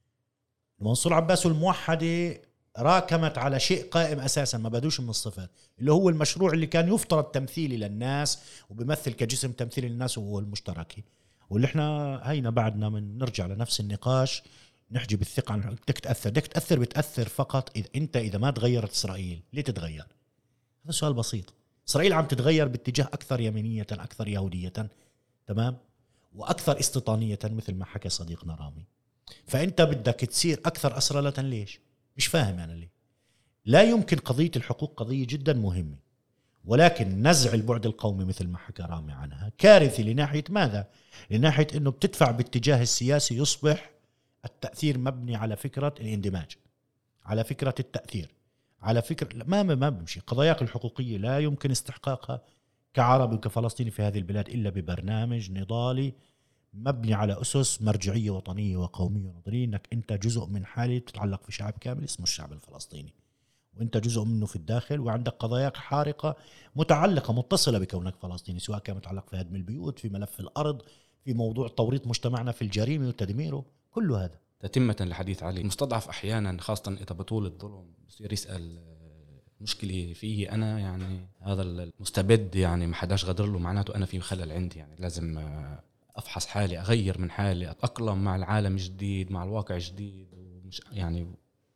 منصور عباس والموحدة راكمت على شيء قائم أساسا، ما بدوش من الصفر، اللي هو المشروع اللي كان يفترض تمثيلي للناس وبيمثل كجسم تمثيلي للناس وهو المشتركي، واللي احنا هينا بعدنا من نرجع لنفس النقاش، نحجب الثقة عن بدك تأثر بتأثر فقط إذا ما تغيرت إسرائيل. ليه تتغير؟ هذا سؤال بسيط. إسرائيل عم تتغير باتجاه أكثر يمينية، أكثر يهودية، تمام، وأكثر استيطانية مثل ما حكى صديقنا رامي. فأنت بدك تصير أكثر أسرلة. ليش؟ مش فاهم أنا ليه. لا يمكن. قضية الحقوق قضية جدا مهمة، ولكن نزع البعد القومي مثل ما حكى رامي عنها كارثي. لناحية ماذا؟ لناحية أنه بتدفع باتجاه السياسي، يصبح التأثير مبني على فكرة الاندماج، على فكرة التأثير، على فكرة ما بمشي. قضاياك الحقوقية لا يمكن استحقاقها كعربي وكفلسطيني في هذه البلاد إلا ببرنامج نضالي مبني على أسس مرجعية وطنية وقومية ونظرية، أنك أنت جزء من حالة تتعلق في شعب كامل اسمه الشعب الفلسطيني، وأنت جزء منه في الداخل، وعندك قضاياك حارقة متعلقة متصلة بكونك فلسطيني، سواء كان متعلق في هدم البيوت، في ملف الأرض، في موضوع توريط مجتمعنا في الجريمة وتدميره، كل هذا. تتمة الحديث عليه المستضعف أحيانا، خاصة إذا بطول الظلم، بصير يسأل مشكلة فيه أنا، يعني هذا المستبد يعني ما حداش غدر له، معناته أنا في خلل عندي، يعني لازم أفحص حالي، أغير من حالي، أتأقلم مع العالم جديد، مع الواقع جديد، ومش يعني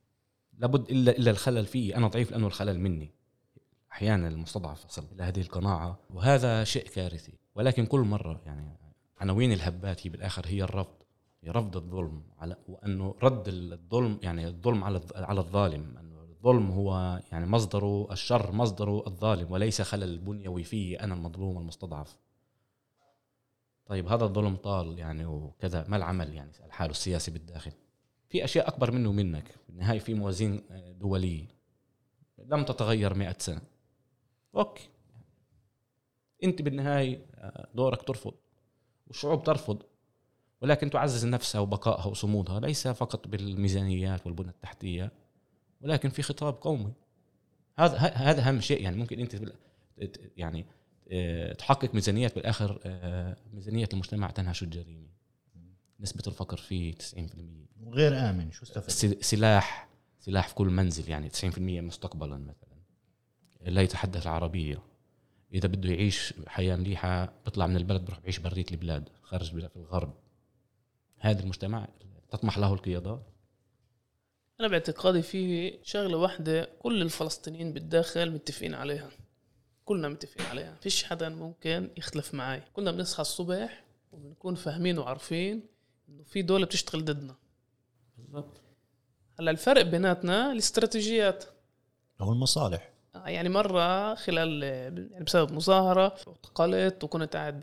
لابد إلا الخلل فيه، أنا ضعيف لأنه الخلل مني. أحيانا المستضعف يصل إلى هذه القناعة، وهذا شيء كارثي. ولكن كل مرة يعني عناوين الهبات هي بالآخر هي الرفض، رفض الظلم، على وأنه رد الظلم، يعني الظلم على الظالم، أنه الظلم هو يعني مصدره الشر، مصدره الظالم، وليس خلل بنيوي فيه أنا المظلوم المستضعف. طيب هذا الظلم طال يعني وكذا، ما العمل؟ يعني سأل حاله السياسي بالداخل، في أشياء أكبر منه ومنك، في النهاية في موازين دولية لم تتغير 100 سنة. أوكي، أنت بالنهاية دورك ترفض، والشعوب ترفض، ولكن تعزز نفسها وبقائها وصمودها ليس فقط بالميزانيات والبنى التحتية، ولكن في خطاب قومي. هذا أهم شيء. يعني ممكن أنت يعني تحقق ميزانيات، بالآخر ميزانية المجتمع تنهش الجريمة، نسبة الفقر فيه 90%، وغير آمن. شو استفدت؟ سلاح في كل منزل، يعني 90% مستقبلا مثلا لا يتحدث العربية، إذا بده يعيش حياة مليحة بيطلع من البلد بروح بعيش برية البلاد خارج في الغرب. هذا المجتمع تطمح له القيادات. أنا باعتقادي فيه شغلة واحدة كل الفلسطينيين بالداخل متفقين عليها، كلنا متفقين عليها، فيش حدا ممكن يختلف معي. كلنا بنصحى الصبح وبنكون فاهمين وعارفين إنه في دولة بتشتغل ضدنا. بالضبط. هلا الفرق بيناتنا الاستراتيجيات أو المصالح. يعني مرة خلال يعني بسبب مظاهرة اعتقلت، وكنت قاعد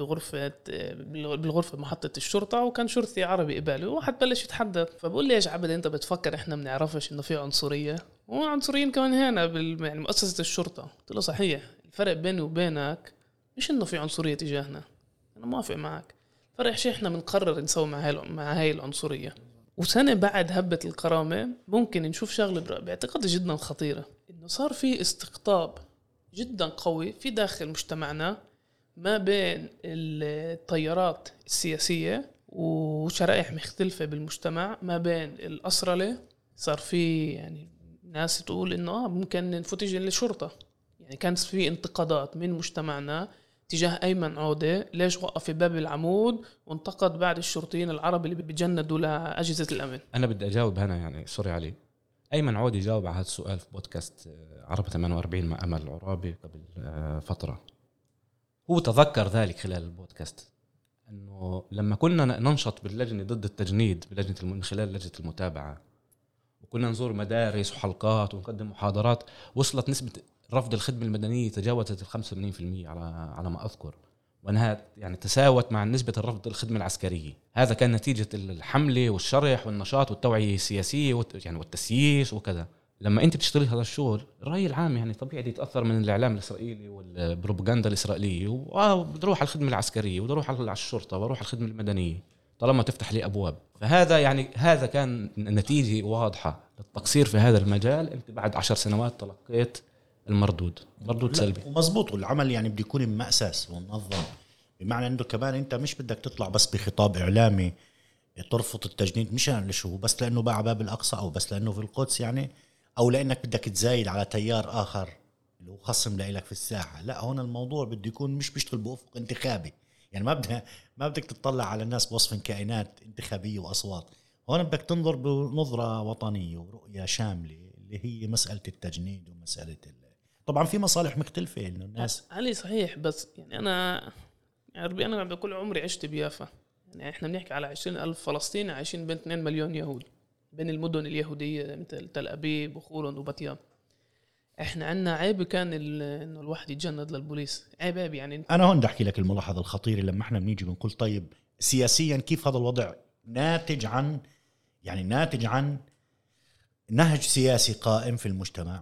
بالغرفة محطة الشرطة، وكان شرطي عربي قبالي، وواحد بلش يتحدث، فبقول لي يا عبد أنت بتفكر إحنا بنعرفش إنه في عنصرية؟ وعنصريين كمان هنا يعني مؤسسة الشرطة. قلت له صحيح، الفرق بيني وبينك مش إنه في عنصرية تجاهنا، أنا موافق معك، فرق شيء إحنا بنقرر نسوي مع هاي العنصرية. وسنة بعد هبة الكرامة ممكن نشوف شغلة باعتقادي جدا خطيرة، إنه صار في استقطاب جدا قوي في داخل مجتمعنا ما بين التيارات السياسية وشرائح مختلفة بالمجتمع، ما بين الأسرلة. صار في يعني ناس تقول إنه ممكن نفتش للشرطة. يعني كانت في انتقادات من مجتمعنا تجاه أيمن عودة، ليش وقف في باب العمود، وانتقد بعد الشرطيين العرب اللي بيجندوا لأجهزة الأمن. أنا بدي أجاوب هنا، يعني سوري علي. أيمن عودة جاوب على هذا السؤال في بودكاست عرب 48 مع أمل العرابي قبل فترة. هو تذكر ذلك خلال البودكاست، أنه لما كنا ننشط باللجنة ضد التجنيد من خلال لجنة المتابعة، وكنا نزور مدارس وحلقات ونقدم محاضرات، وصلت نسبة رفض الخدمة المدنية تجاوزت 85% على ما أذكر، وأنها يعني تساوت مع نسبة الرفض الخدمة العسكرية. هذا كان نتيجة الحملة والشرح والنشاط والتوعية السياسية يعني والتسييس وكذا. لما أنت بتشتغل هذا الشغل، الرأي العام يعني طبيعي يتأثر من الإعلام الإسرائيلي والبروباغندا الإسرائيلية، وبدروح على الخدمة العسكرية، وبدروح على الشرطة، وبروح على الخدمة المدنية. طالما تفتح لي أبواب. فهذا يعني هذا كان نتيجة واضحة للتقصير في هذا المجال. أنت بعد 10 سنوات تلقيت مردود سلبي. ومزبوط. والعمل يعني بده يكون مأساس ومنظم، بمعنى انه كمان انت مش بدك تطلع بس بخطاب اعلامي ترفض التجنيد مشان لشو، بس لانه باع باب الاقصى او بس لانه في القدس يعني، او لانك بدك تزايد على تيار اخر اللي هو خصم لك في الساحه. لا، هون الموضوع بده يكون مش بيشتغل بافق انتخابي، يعني ما بدك تطلع على الناس بوصف كائنات انتخابيه واصوات. هون بدك تنظر بنظره وطنيه ورؤيه شامله اللي هي مساله التجنيد ومساله طبعا في مصالح مختلفه انه الناس علي صحيح. بس يعني انا بكل عمري عشت بيافا، يعني احنا بنحكي على 20,000 فلسطيني عايشين بين 2 مليون يهود بين المدن اليهوديه مثل تل ابيب وخولون وبتيام. احنا عنا عيب كان انه الواحد يتجند للبوليس، عيب يعني. انا هون بدي احكي لك الملاحظه الخطيره لما احنا بنيجي بنقول طيب سياسيا كيف هذا الوضع ناتج عن نهج سياسي قائم في المجتمع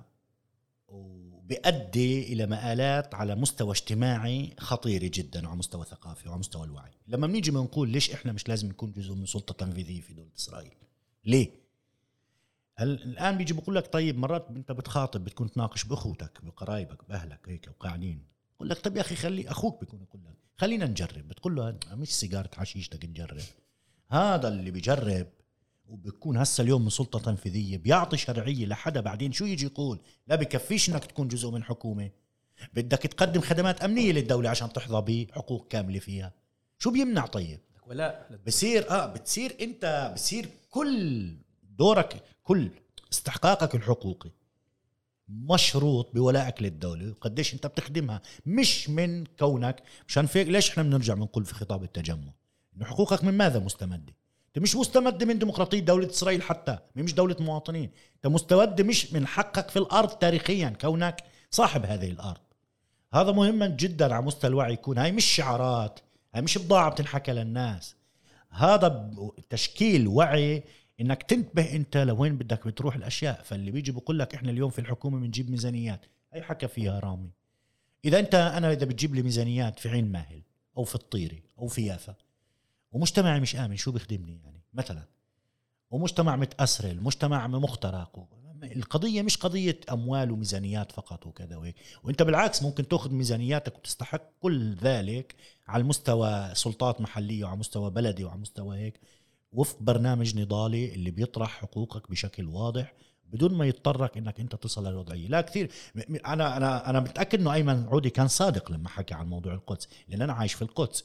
وبيؤدي الى مآلات على مستوى اجتماعي خطيره جدا وعلى مستوى ثقافي وعلى مستوى الوعي. لما بنيجي بنقول ليش احنا مش لازم نكون جزء من سلطه تنفيذيه في دوله اسرائيل؟ ليه؟ الآن بيجي بقول لك طيب مرات أنت بتخاطب بتكون تناقش بأخوتك بقرايبك بأهلك هيك وقاعدين، بقول لك طيب يا أخي خلي أخوك بيكون يقول لك خلينا نجرب، بتقول له مش سيجارة حشيشتك نجرب. هذا اللي بيجرب وبيكون هسه اليوم من سلطة تنفيذية بيعطي شرعية لحدا بعدين شو يجي يقول لا بكفيش إنك تكون جزء من حكومة، بدك تقدم خدمات أمنية للدولة عشان تحظى بحقوق كاملة فيها. شو بيمنع؟ طيب ولا بتصير كل دورك كل استحقاقك الحقوقي مشروط بولائك للدولة وقديش انت بتخدمها، مش من كونك مشان فيك. ليش احنا بنرجع بنقول في خطاب التجمع انه حقوقك من ماذا مستمدة؟ انت مش مستمدة من ديمقراطية دولة اسرائيل، حتى مش دولة مواطنين، انت مستمدة مش من حقك في الارض تاريخيا كونك صاحب هذه الارض. هذا مهما جدا على مستوى الوعي يكون. هاي مش شعارات، هاي مش بضاعة بتنحكى للناس، هذا تشكيل وعي انك تنتبه انت لوين بدك بتروح الاشياء. فاللي بيجي بقول لك احنا اليوم في الحكومه بنجيب ميزانيات، اي حكى فيها رامي. اذا اذا بتجيب لي ميزانيات في عين ماهل او في الطيري او في يافا ومجتمعي مش امن، شو بيخدمني يعني مثلا؟ ومجتمع متأسرل، مجتمع مخترق. القضيه مش قضيه اموال وميزانيات فقط وكذا وهيك، وانت بالعكس ممكن تاخذ ميزانياتك وتستحق كل ذلك على المستوى سلطات محليه وعلى مستوى بلدي وعلى مستوى هيك، وفق برنامج نضالي اللي بيطرح حقوقك بشكل واضح بدون ما يضطرك انك انت تصل للوضعيه. لا كثير انا متاكد انه ايمن عودي كان صادق لما حكى عن موضوع القدس، لان انا عايش في القدس.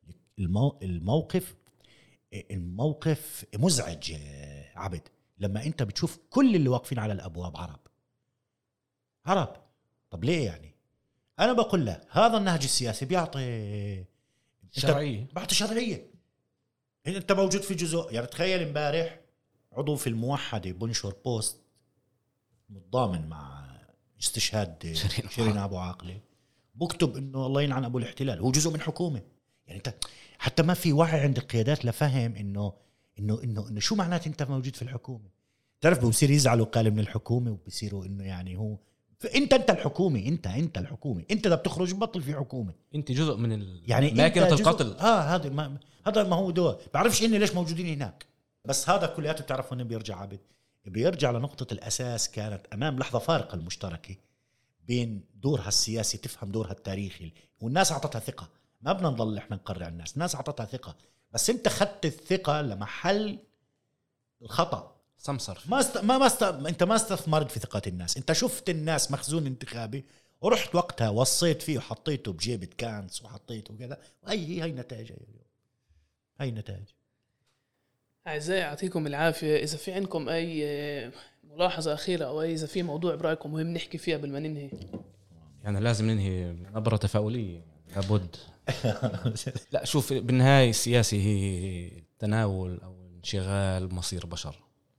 الموقف مزعج عبد لما انت بتشوف كل اللي واقفين على الابواب عرب. طب ليه يعني؟ انا بقول لك هذا النهج السياسي بيعطي شرعيه. انت موجود في جزء، يعني تخيل امبارح عضو في الموحدة بنشر بوست متضامن مع استشهاد شيرين ابو عاقلة، بكتب انه الله يلعن ابو الاحتلال، هو جزء من حكومة. يعني انت حتى ما في وعي عند القيادات لفهم انه شو معنات انت موجود في الحكومة. تعرف بصير يزعلوا قال من الحكومة وبصيروا انه يعني هو انت الحكومة، انت الحكومة، انت ده بتخرج بطل في حكومة، انت جزء من يعني ماكينة القتل. هذا ما هو دور. بعرفش اني ليش موجودين هناك، بس هذا كلياته بتعرفوا انه بيرجع لنقطة الاساس. كانت امام لحظة فارقة المشتركة بين دورها السياسي، تفهم دورها التاريخي، والناس اعطتها ثقة. ما بدنا نضل احنا نقرع الناس اعطتها ثقة، بس انت خدت الثقة لمحل الخطأ. سمسر انت ما استثمرت في ثقة الناس. انت شفت الناس مخزون انتخابي ورحت وقتها وصيت فيه وحطيته بجيبة كانس وحطيته وكذا، هاي نتائج اليوم، هاي نتائج. أعزائي يعطيكم العافية. إذا في عندكم أي ملاحظة أخيرة أو إذا في موضوع برأيكم مهم نحكي فيها قبل ما ننهي. يعني لازم ننهي نبرة تفاؤلية لابد. لا شوف، بالنهاية السياسي هي تناول أو انشغال مصير بشر،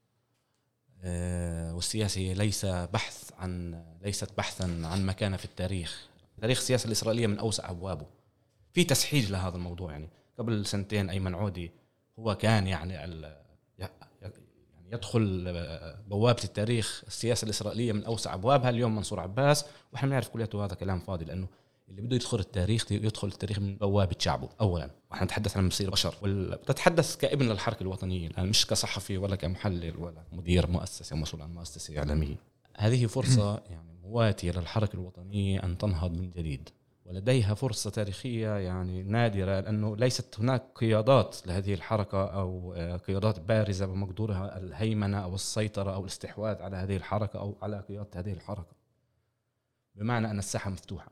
والسياسي ليست بحثا عن مكانة في التاريخ. تاريخ السياسة الإسرائيلية من أوسع أبوابه، في تسحيج لهذا الموضوع. يعني قبل سنتين أيمن عودي هو كان يعني يدخل بوابة التاريخ السياسة الإسرائيلية من أوسع أبوابها. اليوم منصور عباس، وإحنا نعرف كلياته هذا كلام فاضي، لأنه اللي بده يدخل التاريخ يدخل التاريخ من بوابة شعبه أولا. ونحن نتحدث عن مصير بشر، وتتحدث كابن للحركة الوطنية الآن، مش كصحفي ولا كمحلل ولا مدير مؤسسة مسؤول عن مؤسسة إعلامية. هذه فرصة يعني مواتية للحركة الوطنية أن تنهض من جديد، ولديها فرصة تاريخية يعني نادرة، لأنه ليست هناك قيادات لهذه الحركة أو قيادات بارزة بمقدورها الهيمنة أو السيطرة أو الاستحواذ على هذه الحركة أو على قيادة هذه الحركة، بمعنى أن الساحة مفتوحة.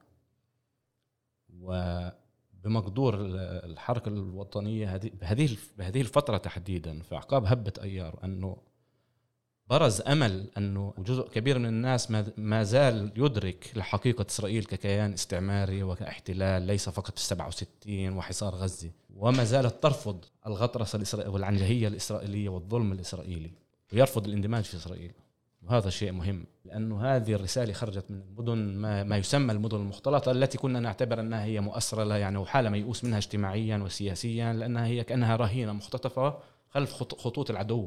وبمقدور الحركة الوطنية بهذه الفترة تحديدا في أعقاب هبة أيار أنه برز أمل أنه جزء كبير من الناس ما زال يدرك لحقيقة إسرائيل ككيان استعماري وكاحتلال، ليس فقط في 67 وحصار غزة، وما زالت ترفض الغطرسة والعنجهية الإسرائيلية والظلم الإسرائيلي، ويرفض الاندماج في إسرائيل. وهذا شيء مهم، لأنه هذه الرسالة خرجت من المدن ما يسمى المدن المختلطة، التي كنا نعتبر أنها هي مؤسرة يعني وحالة ميؤوس منها اجتماعيا وسياسيا، لأنها هي كأنها رهينة مختطفة خلف خطوط العدو.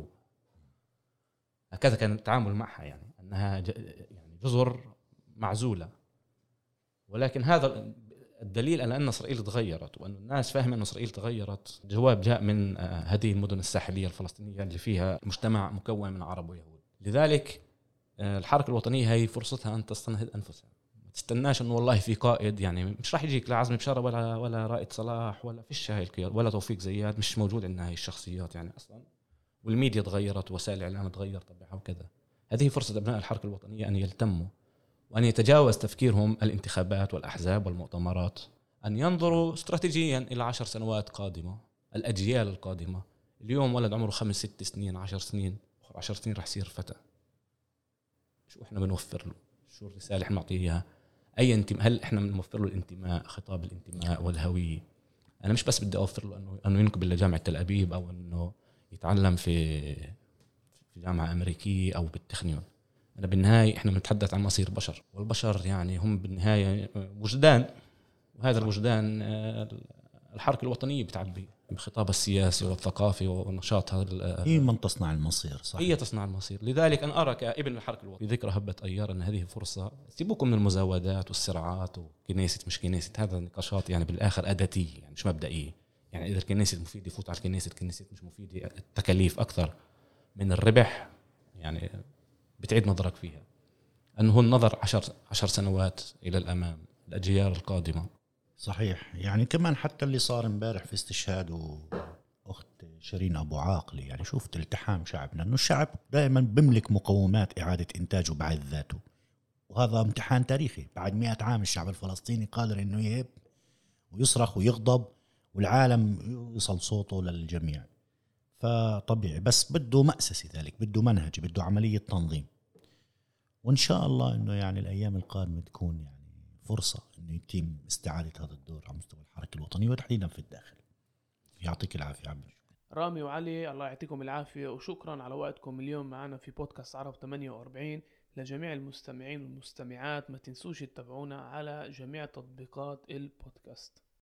هكذا كان التعامل معها، يعني أنها يعني جزر معزولة. ولكن هذا الدليل على أن إسرائيل تغيرت، وأن الناس فاهمة أن إسرائيل تغيرت. جواب جاء من هذه المدن الساحلية الفلسطينية اللي فيها مجتمع مكون من عرب ويهود. لذلك الحركة الوطنية هي فرصتها أن تستنهض أنفسها، ما تستناش أنه والله في قائد، يعني مش راح يجيك لا عزمي بشارة ولا رائد صلاح ولا فيش هاي القيادة ولا توفيق زياد، مش موجود عندنا هاي الشخصيات يعني أصلا. والميديا تغيرت، وسائل الإعلام تغير طبعها وكذا. هذه فرصة أبناء الحركة الوطنية أن يلتموا وأن يتجاوز تفكيرهم الانتخابات والأحزاب والمؤتمرات، أن ينظروا استراتيجيا إلى 10 سنوات قادمة، الأجيال القادمة. اليوم ولد عمره 5 6 سنين 10 سنين، 10 سنين رح يصير فتى. شو إحنا بنوفر له؟ شو الرسالة إحنا نعطيه إياها؟ أي انتماء؟ هل إحنا بنوفر له الانتماء، خطاب الانتماء والهوية؟ أنا مش بس بدي أوفر له أنه ينقبل لجامعة تل أبيب أو أنه يتعلم في جامعة أمريكية أو بالتخنيون. أنا بالنهاية إحنا بنتحدث عن مصير بشر، والبشر يعني هم بالنهاية وجدان، وهذا الوجدان الحركة الوطنية بتعبي بخطابها السياسي والثقافي ونشاطها. هي من تصنع المصير، صح؟ هي تصنع المصير. لذلك أنا أرى كابن الحركة الوطنية في ذكرى هبة أيار أن هذه فرصة. سيبوكم من المزاودات والصراعات وكنيسة مش كنيسة، هذا نقاشات يعني بالآخر أداتية، يعني مش مبدئية. يعني إذا الكنيسة مفيد يفوت على الكنيسة مش مفيدة، التكاليف أكثر من الربح، يعني بتعيد نظرك فيها. أنه النظر 10 سنوات إلى الأمام، الأجيال القادمة. صحيح. يعني كمان حتى اللي صار امبارح في استشهاد أخت شيرين أبو عاقلة، يعني شوفت التحام شعبنا، أنه الشعب دائما بملك مقومات إعادة إنتاجه بعد ذاته، وهذا امتحان تاريخي. بعد 100 عام الشعب الفلسطيني قادر أنه يهب ويصرخ ويغضب والعالم يوصل صوته للجميع. فطبيعي، بس بده مأسسة، ذلك بده منهج، بده عملية تنظيم. وإن شاء الله أنه يعني الأيام القادمة تكون يعني فرصة أنه يتم استعادة هذا الدور على مستوى الحركة الوطنية وتحديدا في الداخل. يعطيك العافية عبد. رامي وعلي، الله يعطيكم العافية، وشكرا على وقتكم اليوم معنا في بودكاست عرب 48. لجميع المستمعين والمستمعات ما تنسوش تتابعونا على جميع تطبيقات البودكاست.